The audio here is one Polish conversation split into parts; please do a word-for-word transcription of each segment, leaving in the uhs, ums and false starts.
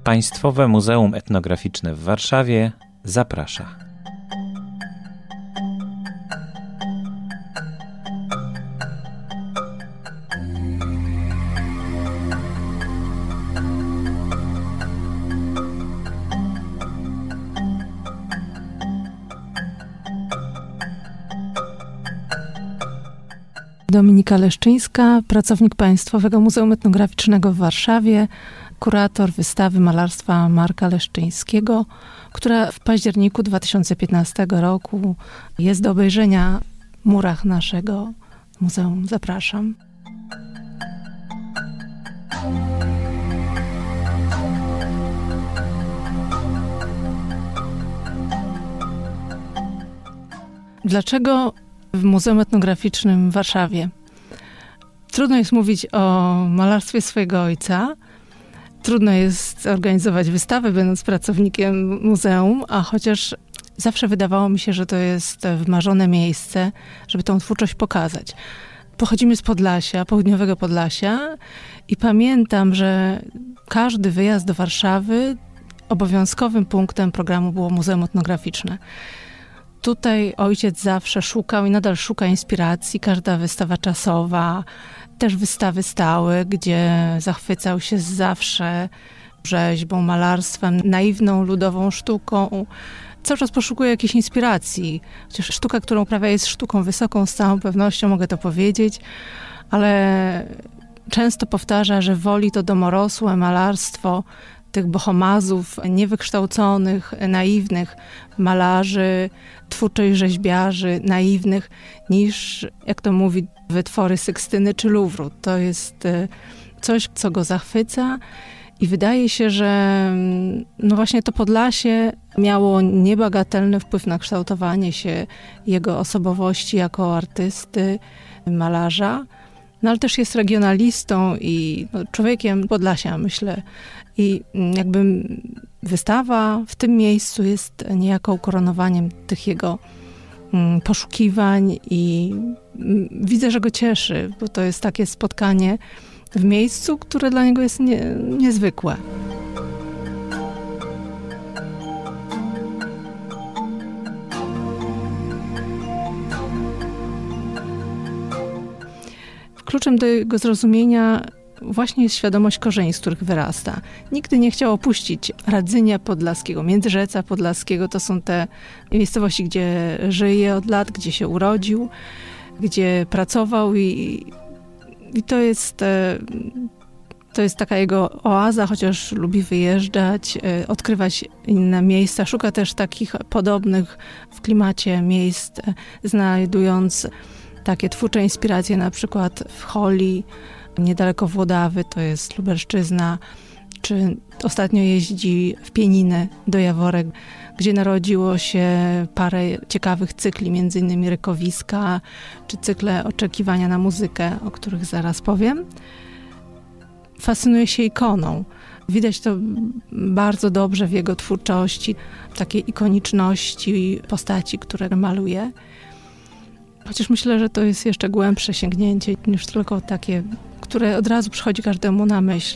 Państwowe Muzeum Etnograficzne w Warszawie zaprasza. Dominika Leszczyńska, pracownik Państwowego Muzeum Etnograficznego w Warszawie, kurator wystawy malarstwa Marka Leszczyńskiego, która w październiku dwa tysiące piętnastego roku jest do obejrzenia w murach naszego muzeum. Zapraszam. Dlaczego w Muzeum Etnograficznym w Warszawie? Trudno jest mówić o malarstwie swojego ojca. Trudno jest organizować wystawę, będąc pracownikiem muzeum, a chociaż zawsze wydawało mi się, że to jest wymarzone miejsce, żeby tą twórczość pokazać. Pochodzimy z Podlasia, południowego Podlasia i pamiętam, że każdy wyjazd do Warszawy obowiązkowym punktem programu było Muzeum Etnograficzne. Tutaj ojciec zawsze szukał i nadal szuka inspiracji. Każda wystawa czasowa, też wystawy stałe, gdzie zachwycał się zawsze rzeźbą, malarstwem, naiwną, ludową sztuką. Cały czas poszukuje jakiejś inspiracji. Chociaż sztuka, którą uprawia, jest sztuką wysoką, z całą pewnością mogę to powiedzieć, ale często powtarza, że woli to domorosłe malarstwo tych bohomazów, niewykształconych, naiwnych malarzy, twórczych rzeźbiarzy, naiwnych, niż, jak to mówi, wytwory Sykstyny czy Luwru. To jest coś, co go zachwyca i wydaje się, że no właśnie to Podlasie miało niebagatelny wpływ na kształtowanie się jego osobowości jako artysty, malarza. No ale też jest regionalistą i no, człowiekiem Podlasia, myślę. I jakby wystawa w tym miejscu jest niejako ukoronowaniem tych jego poszukiwań i widzę, że go cieszy, bo to jest takie spotkanie w miejscu, które dla niego jest nie, niezwykłe. Kluczem do jego zrozumienia właśnie jest świadomość korzeni, z których wyrasta. Nigdy nie chciał opuścić Radzynia Podlaskiego, Międzyrzeca Podlaskiego. To są te miejscowości, gdzie żyje od lat, gdzie się urodził, gdzie pracował i, i to jest, to jest taka jego oaza, chociaż lubi wyjeżdżać, odkrywać inne miejsca. Szuka też takich podobnych w klimacie miejsc, znajdując takie twórcze inspiracje, na przykład w Choli, niedaleko Włodawy, to jest Lubelszczyzna, czy ostatnio jeździ w Pieniny do Jaworek, gdzie narodziło się parę ciekawych cykli, między innymi Rykowiska, czy cykle Oczekiwania na muzykę, o których zaraz powiem. Fascynuje się ikoną. Widać to bardzo dobrze w jego twórczości, takiej ikoniczności postaci, które maluje. Chociaż myślę, że to jest jeszcze głębsze sięgnięcie niż tylko takie, które od razu przychodzi każdemu na myśl.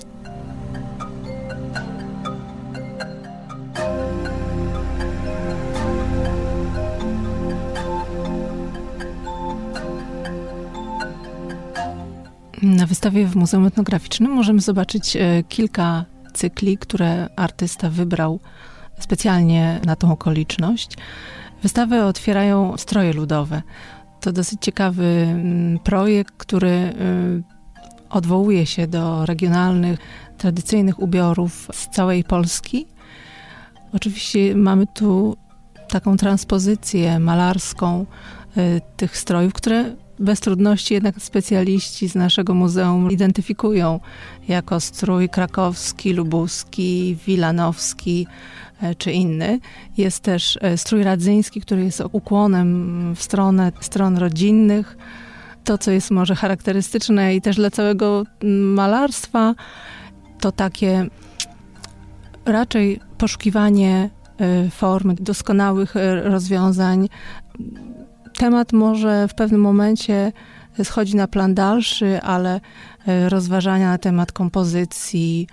Na wystawie w Muzeum Etnograficznym możemy zobaczyć kilka cykli, które artysta wybrał specjalnie na tą okoliczność. Wystawę otwierają stroje ludowe. To dosyć ciekawy projekt, który odwołuje się do regionalnych, tradycyjnych ubiorów z całej Polski. Oczywiście mamy tu taką transpozycję malarską tych strojów, które bez trudności jednak specjaliści z naszego muzeum identyfikują jako strój krakowski, lubuski, wilanowski czy inny. Jest też strój radzyński, który jest ukłonem w stronę stron rodzinnych. To, co jest może charakterystyczne i też dla całego malarstwa, to takie raczej poszukiwanie formy, doskonałych rozwiązań. Temat może w pewnym momencie schodzi na plan dalszy, ale rozważania na temat kompozycji,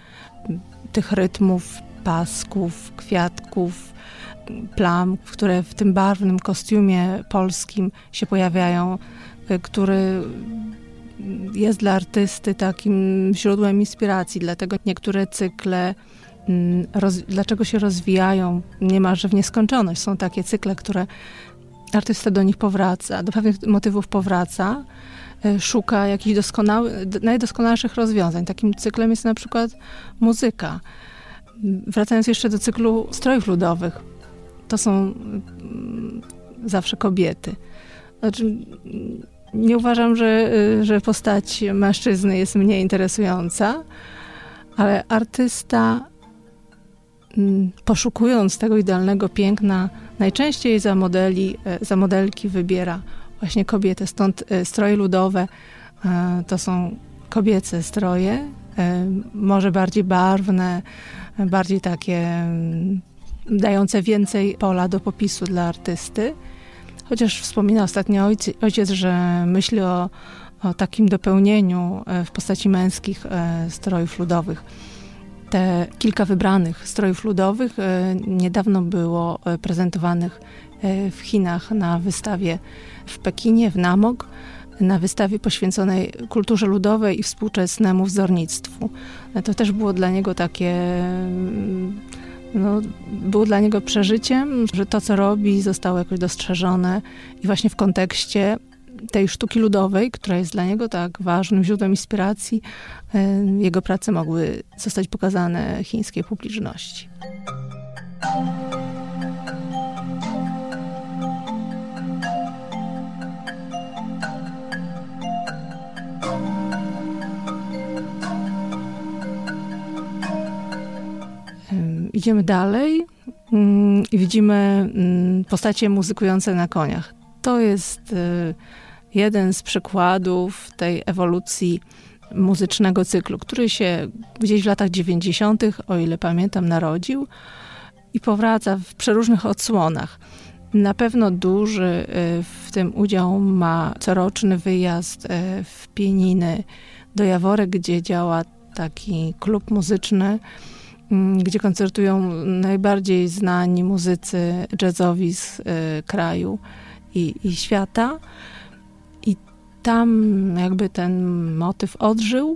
tych rytmów, pasków, kwiatków, plam, które w tym barwnym kostiumie polskim się pojawiają, który jest dla artysty takim źródłem inspiracji, dlatego niektóre cykle roz, dlaczego się rozwijają niemalże w nieskończoność. Są takie cykle, które artysta do nich powraca, do pewnych motywów powraca, szuka jakichś doskonały, najdoskonalszych rozwiązań. Takim cyklem jest na przykład muzyka. Wracając jeszcze do cyklu strojów ludowych, to są zawsze kobiety. Znaczy, nie uważam, że, że postać mężczyzny jest mniej interesująca, ale artysta, poszukując tego idealnego piękna, najczęściej za modeli, za modelki wybiera właśnie kobietę. Stąd stroje ludowe to są kobiece stroje, może bardziej barwne, bardziej takie dające więcej pola do popisu dla artysty. Chociaż wspomina ostatnio ojciec, ojciec że myśli o, o takim dopełnieniu w postaci męskich strojów ludowych. Te kilka wybranych strojów ludowych niedawno było prezentowanych w Chinach na wystawie w Pekinie, w Namog, na wystawie poświęconej kulturze ludowej i współczesnemu wzornictwu. To też było dla niego takie... No, było dla niego przeżyciem, że to, co robi, zostało jakoś dostrzeżone i właśnie w kontekście tej sztuki ludowej, która jest dla niego tak ważnym źródłem inspiracji, jego prace mogły zostać pokazane chińskiej publiczności. Idziemy dalej i widzimy postacie muzykujące na koniach. To jest jeden z przykładów tej ewolucji muzycznego cyklu, który się gdzieś w latach dziewięćdziesiątych, o ile pamiętam, narodził i powraca w przeróżnych odsłonach. Na pewno duży w tym udział ma coroczny wyjazd w Pieniny do Jaworek, gdzie działa taki klub muzyczny, gdzie koncertują najbardziej znani muzycy jazzowi z y, kraju i, i świata. I tam jakby ten motyw odżył.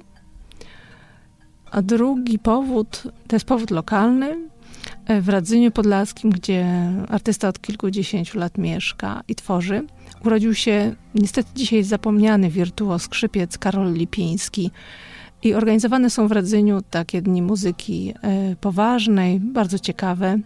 A drugi powód, to jest powód lokalny, w Radzyniu Podlaskim, gdzie artysta od kilkudziesięciu lat mieszka i tworzy. Urodził się niestety dzisiaj zapomniany wirtuoz skrzypiec Karol Lipiński. I organizowane są w Radzyniu takie dni muzyki y, poważnej, bardzo ciekawe.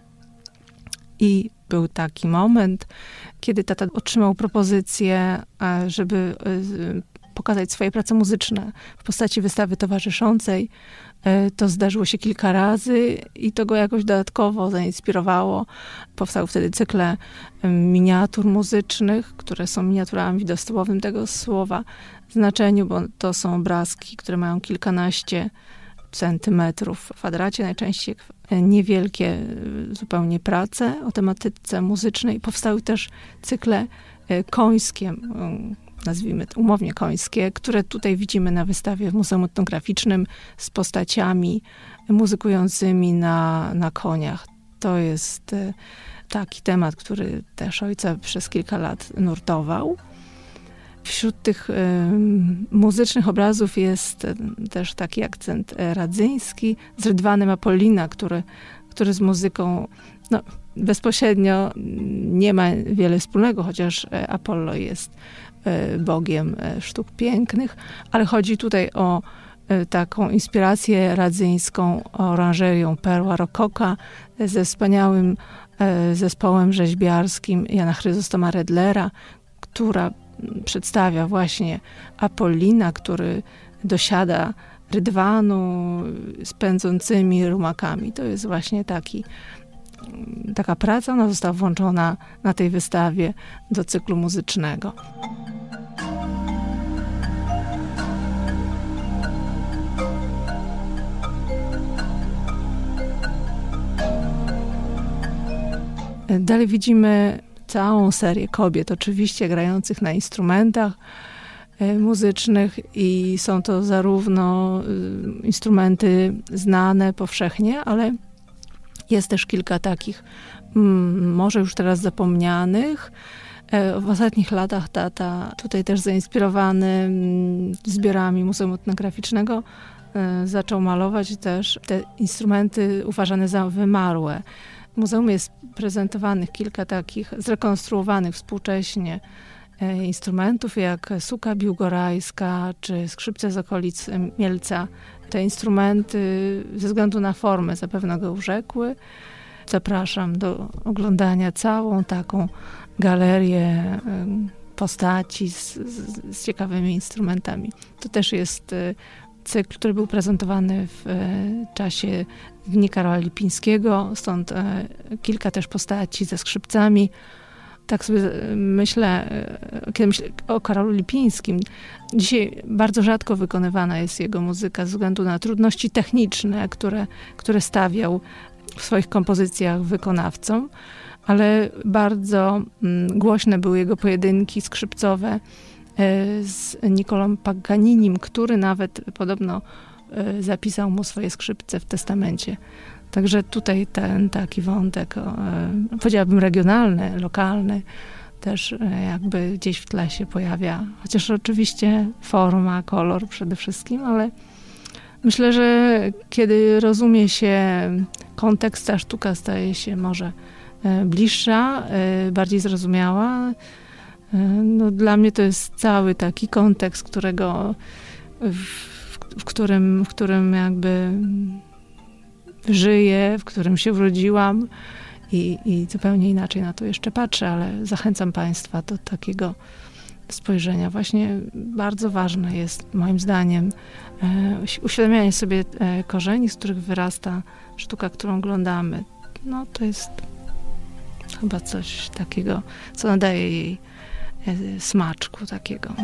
I był taki moment, kiedy tata otrzymał propozycję, y, żeby y, pokazać swoje prace muzyczne w postaci wystawy towarzyszącej. Y, to zdarzyło się kilka razy i to go jakoś dodatkowo zainspirowało. Powstały wtedy cykle y, miniatur muzycznych, które są miniaturami w dosłownym tego słowa znaczeniu, bo to są obrazki, które mają kilkanaście centymetrów w kwadracie, najczęściej niewielkie zupełnie prace o tematyce muzycznej. Powstały też cykle końskie, nazwijmy to umownie końskie, które tutaj widzimy na wystawie w Muzeum Etnograficznym z postaciami muzykującymi na, na koniach. To jest taki temat, który też ojca przez kilka lat nurtował. Wśród tych y, muzycznych obrazów jest też taki akcent radzyński z Rydwanem Apollina, który, który z muzyką no, bezpośrednio nie ma wiele wspólnego, chociaż Apollo jest y, bogiem sztuk pięknych, ale chodzi tutaj o y, taką inspirację radzyńską oranżerią Perła Rokoka ze wspaniałym y, zespołem rzeźbiarskim Jana Chryzostoma Redlera, która przedstawia właśnie Apollina, który dosiada rydwanu z pędzącymi rumakami. To jest właśnie taki, taka praca. Ona została włączona na tej wystawie do cyklu muzycznego. Dalej widzimy całą serię kobiet, oczywiście grających na instrumentach. muzycznych i są to zarówno instrumenty znane powszechnie, ale jest też kilka takich, może już teraz zapomnianych. W ostatnich latach tata, tutaj też zainspirowany zbiorami Muzeum Etnograficznego, zaczął malować też te instrumenty uważane za wymarłe. W muzeum jest prezentowanych kilka takich zrekonstruowanych współcześnie instrumentów, jak suka biłgorajska, czy skrzypce z okolic Mielca. Te instrumenty ze względu na formę zapewne go urzekły. Zapraszam do oglądania całą taką galerię postaci z, z, z ciekawymi instrumentami. To też jest cykl, który był prezentowany w czasie Dni Karola Lipińskiego, stąd kilka też postaci ze skrzypcami. Tak sobie myślę, kiedy myślę o Karolu Lipińskim, dzisiaj bardzo rzadko wykonywana jest jego muzyka ze względu na trudności techniczne, które, które stawiał w swoich kompozycjach wykonawcom, ale bardzo mm, głośne były jego pojedynki skrzypcowe z Niccolò Paganinim, który nawet podobno zapisał mu swoje skrzypce w testamencie. Także tutaj ten taki wątek, powiedziałabym regionalny, lokalny, też jakby gdzieś w tle się pojawia. Chociaż oczywiście forma, kolor przede wszystkim, ale myślę, że kiedy rozumie się kontekst, ta sztuka staje się może bliższa, bardziej zrozumiała. No, dla mnie to jest cały taki kontekst, którego, w, w, którym, w którym jakby żyję, w którym się urodziłam i, i zupełnie inaczej na to jeszcze patrzę, ale zachęcam Państwa do takiego spojrzenia. Właśnie bardzo ważne jest moim zdaniem e, uświadamianie sobie e, korzeni, z których wyrasta sztuka, którą oglądamy. No to jest chyba coś takiego, co nadaje jej e, smaczku takiego.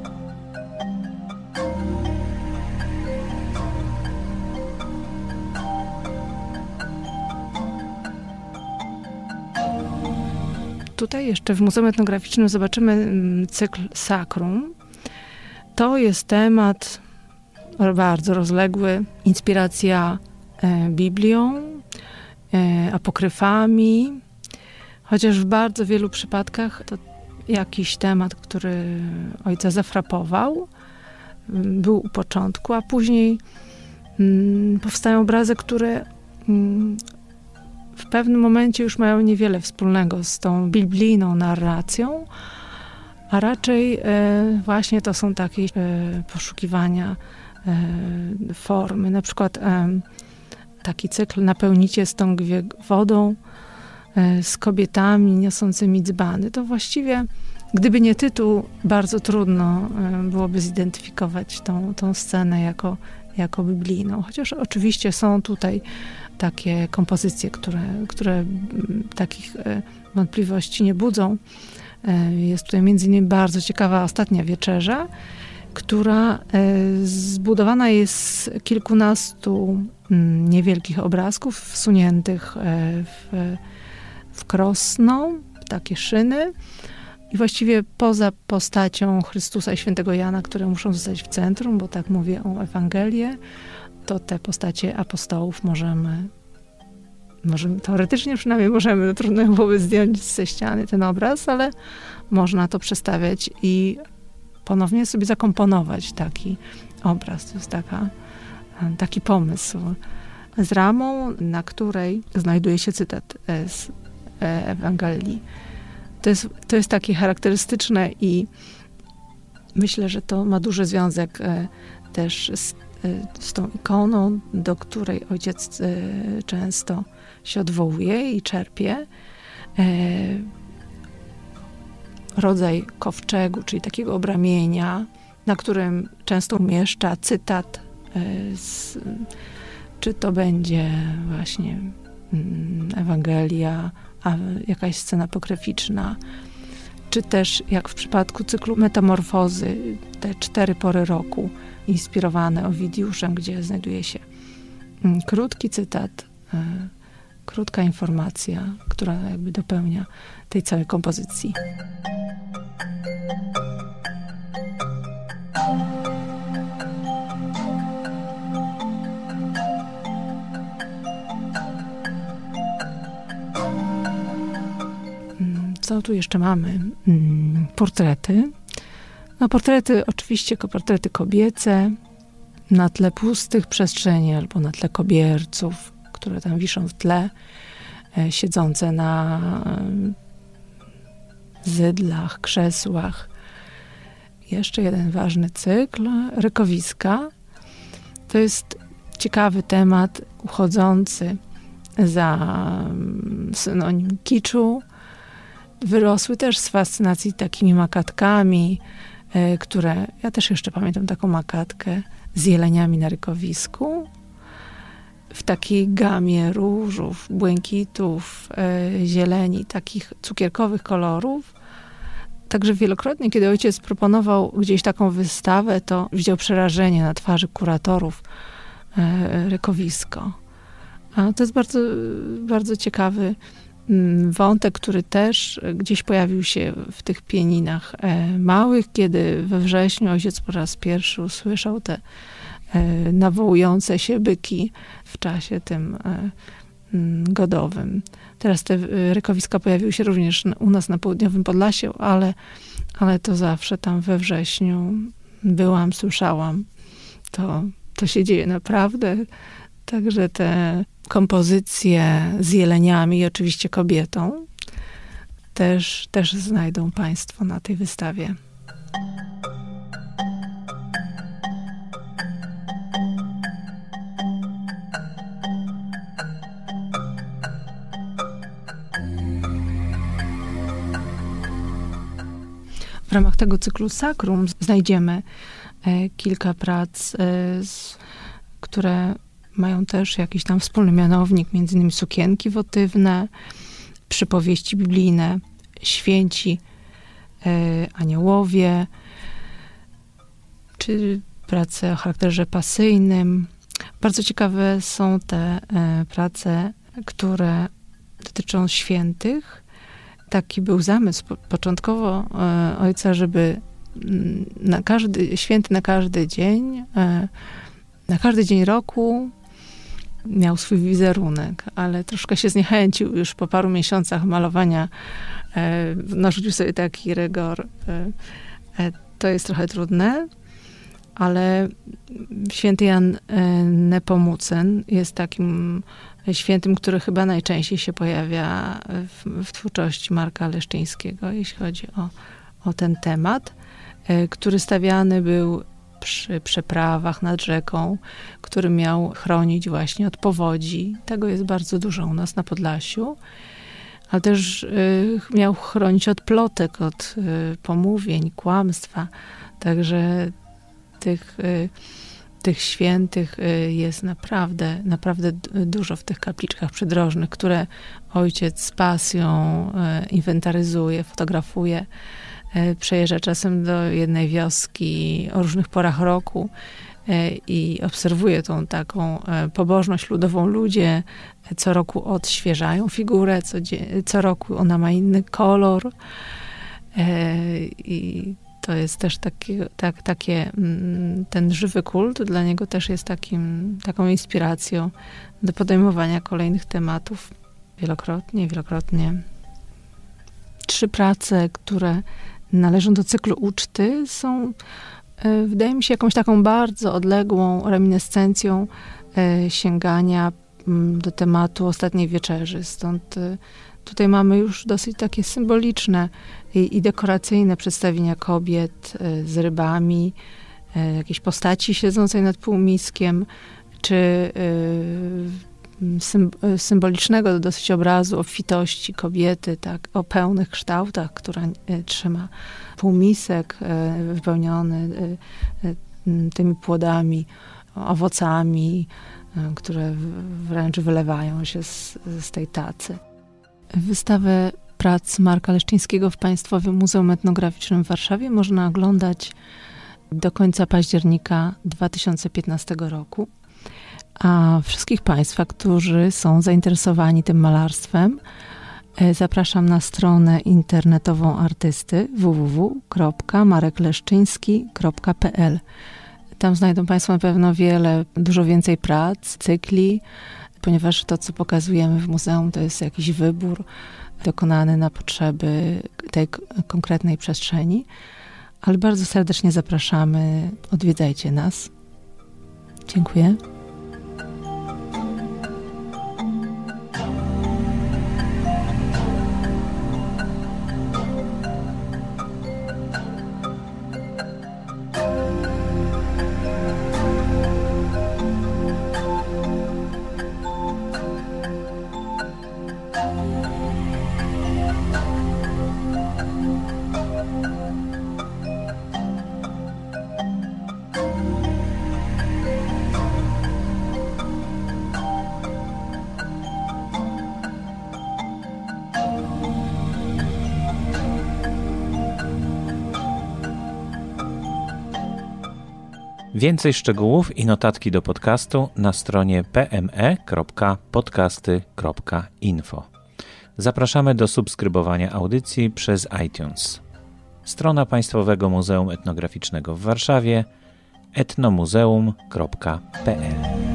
Tutaj jeszcze w Muzeum Etnograficznym zobaczymy cykl Sakrum. To jest temat bardzo rozległy. Inspiracja Biblią, apokryfami, chociaż w bardzo wielu przypadkach to jakiś temat, który ojca zafrapował, był u początku, a później powstają obrazy, które w pewnym momencie już mają niewiele wspólnego z tą biblijną narracją, a raczej e, właśnie to są takie e, poszukiwania e, formy. Na przykład e, taki cykl Napełnicie stągwie wodą e, z kobietami niosącymi dzbany. To właściwie, gdyby nie tytuł, bardzo trudno e, byłoby zidentyfikować tą, tą scenę jako, jako biblijną. Chociaż oczywiście są tutaj takie kompozycje, które, które takich wątpliwości nie budzą. Jest tutaj między innymi bardzo ciekawa Ostatnia Wieczerza, która zbudowana jest z kilkunastu niewielkich obrazków wsuniętych w, w krosno, w takie szyny. I właściwie poza postacią Chrystusa i świętego Jana, które muszą zostać w centrum, bo tak mówię o Ewangelię, to te postacie apostołów możemy, możemy, teoretycznie przynajmniej możemy, no trudno byłoby zdjąć ze ściany ten obraz, ale można to przestawiać i ponownie sobie zakomponować taki obraz. To jest taka, taki pomysł z ramą, na której znajduje się cytat z Ewangelii. To jest, to jest takie charakterystyczne i myślę, że to ma duży związek też z z tą ikoną, do której ojciec często się odwołuje i czerpie. Rodzaj kowczegu, czyli takiego obramienia, na którym często umieszcza cytat, z, czy to będzie właśnie Ewangelia, a jakaś scena apokryficzna, czy też jak w przypadku cyklu Metamorfozy, te cztery pory roku, inspirowane Owidiuszem, gdzie znajduje się krótki cytat, krótka informacja, która jakby dopełnia tej całej kompozycji. co tu jeszcze mamy? Hmm, portrety. No portrety, oczywiście portrety kobiece na tle pustych przestrzeni albo na tle kobierców, które tam wiszą w tle, e, siedzące na e, zydlach, krzesłach. Jeszcze jeden ważny cykl, rykowiska. To jest ciekawy temat, uchodzący za synonim kiczu. Wyrosły też z fascynacji takimi makatkami, y, które, ja też jeszcze pamiętam taką makatkę z jeleniami na rykowisku, w takiej gamie różów, błękitów, y, zieleni, takich cukierkowych kolorów. Także wielokrotnie, kiedy ojciec proponował gdzieś taką wystawę, to widział przerażenie na twarzy kuratorów y, rykowisko. A to jest bardzo, bardzo ciekawy wątek, który też gdzieś pojawił się w tych pieninach małych, kiedy we wrześniu ojciec po raz pierwszy usłyszał te nawołujące się byki w czasie tym godowym. Teraz te rykowiska pojawiły się również u nas na południowym Podlasiu, ale, ale to zawsze tam we wrześniu byłam, słyszałam. To, to się dzieje naprawdę. Także te kompozycje z jeleniami i oczywiście kobietą też, też znajdą Państwo na tej wystawie. W ramach tego cyklu Sakrum znajdziemy e, kilka prac, e, z, które mają też jakiś tam wspólny mianownik, między innymi sukienki wotywne, przypowieści biblijne, święci, e, aniołowie, czy prace o charakterze pasyjnym. Bardzo ciekawe są te e, prace, które dotyczą świętych. Taki był zamysł po, początkowo e, ojca, żeby na każdy, święty na każdy dzień, e, na każdy dzień roku miał swój wizerunek, ale troszkę się zniechęcił już po paru miesiącach malowania. E, narzucił sobie taki rygor. E, e, to jest trochę trudne, ale święty Jan e, Nepomucen jest takim świętym, który chyba najczęściej się pojawia w, w twórczości Marka Leszczyńskiego, jeśli chodzi o, o ten temat, e, który stawiany był przy przeprawach nad rzeką, który miał chronić właśnie od powodzi. Tego jest bardzo dużo u nas na Podlasiu. Ale też y, miał chronić od plotek, od y, pomówień, kłamstwa. Także tych, y, tych świętych y, jest naprawdę, naprawdę dużo w tych kapliczkach przydrożnych, które ojciec z pasją y, inwentaryzuje, fotografuje. Przejeżdża czasem do jednej wioski o różnych porach roku i obserwuje tą taką pobożność ludową. Ludzie co roku odświeżają figurę, co, co roku ona ma inny kolor. I to jest też taki, tak, takie, ten żywy kult dla niego też jest takim, taką inspiracją do podejmowania kolejnych tematów wielokrotnie, wielokrotnie. Trzy prace, które należą do cyklu uczty, są, wydaje mi się, jakąś taką bardzo odległą reminiscencją sięgania do tematu Ostatniej Wieczerzy. Stąd tutaj mamy już dosyć takie symboliczne i, i dekoracyjne przedstawienia kobiet z rybami, jakiejś postaci siedzącej nad półmiskiem, czy symbolicznego dosyć obrazu obfitości kobiety, tak, o pełnych kształtach, która trzyma półmisek wypełniony tymi płodami, owocami, które wręcz wylewają się z, z tej tacy. Wystawę prac Marka Leszczyńskiego w Państwowym Muzeum Etnograficznym w Warszawie można oglądać do końca października dwa tysiące piętnastego roku. A wszystkich Państwa, którzy są zainteresowani tym malarstwem, zapraszam na stronę internetową artysty w w w kropka marek leszczyński kropka p l. Tam znajdą Państwo na pewno wiele, dużo więcej prac, cykli, ponieważ to, co pokazujemy w muzeum, to jest jakiś wybór dokonany na potrzeby tej konkretnej przestrzeni. Ale bardzo serdecznie zapraszamy, odwiedzajcie nas. Dziękuję. Więcej szczegółów i notatki do podcastu na stronie p m e kropka podcasty kropka info. Zapraszamy do subskrybowania audycji przez iTunes. Strona Państwowego Muzeum Etnograficznego w Warszawie etnomuzeum kropka p l.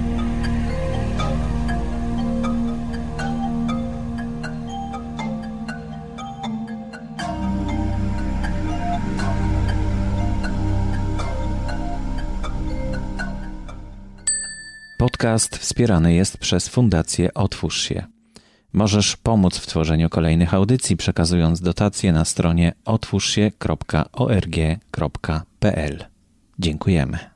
Podcast wspierany jest przez Fundację Otwórz się. Możesz pomóc w tworzeniu kolejnych audycji, przekazując dotacje na stronie otwórz się kropka org kropka p l. Dziękujemy.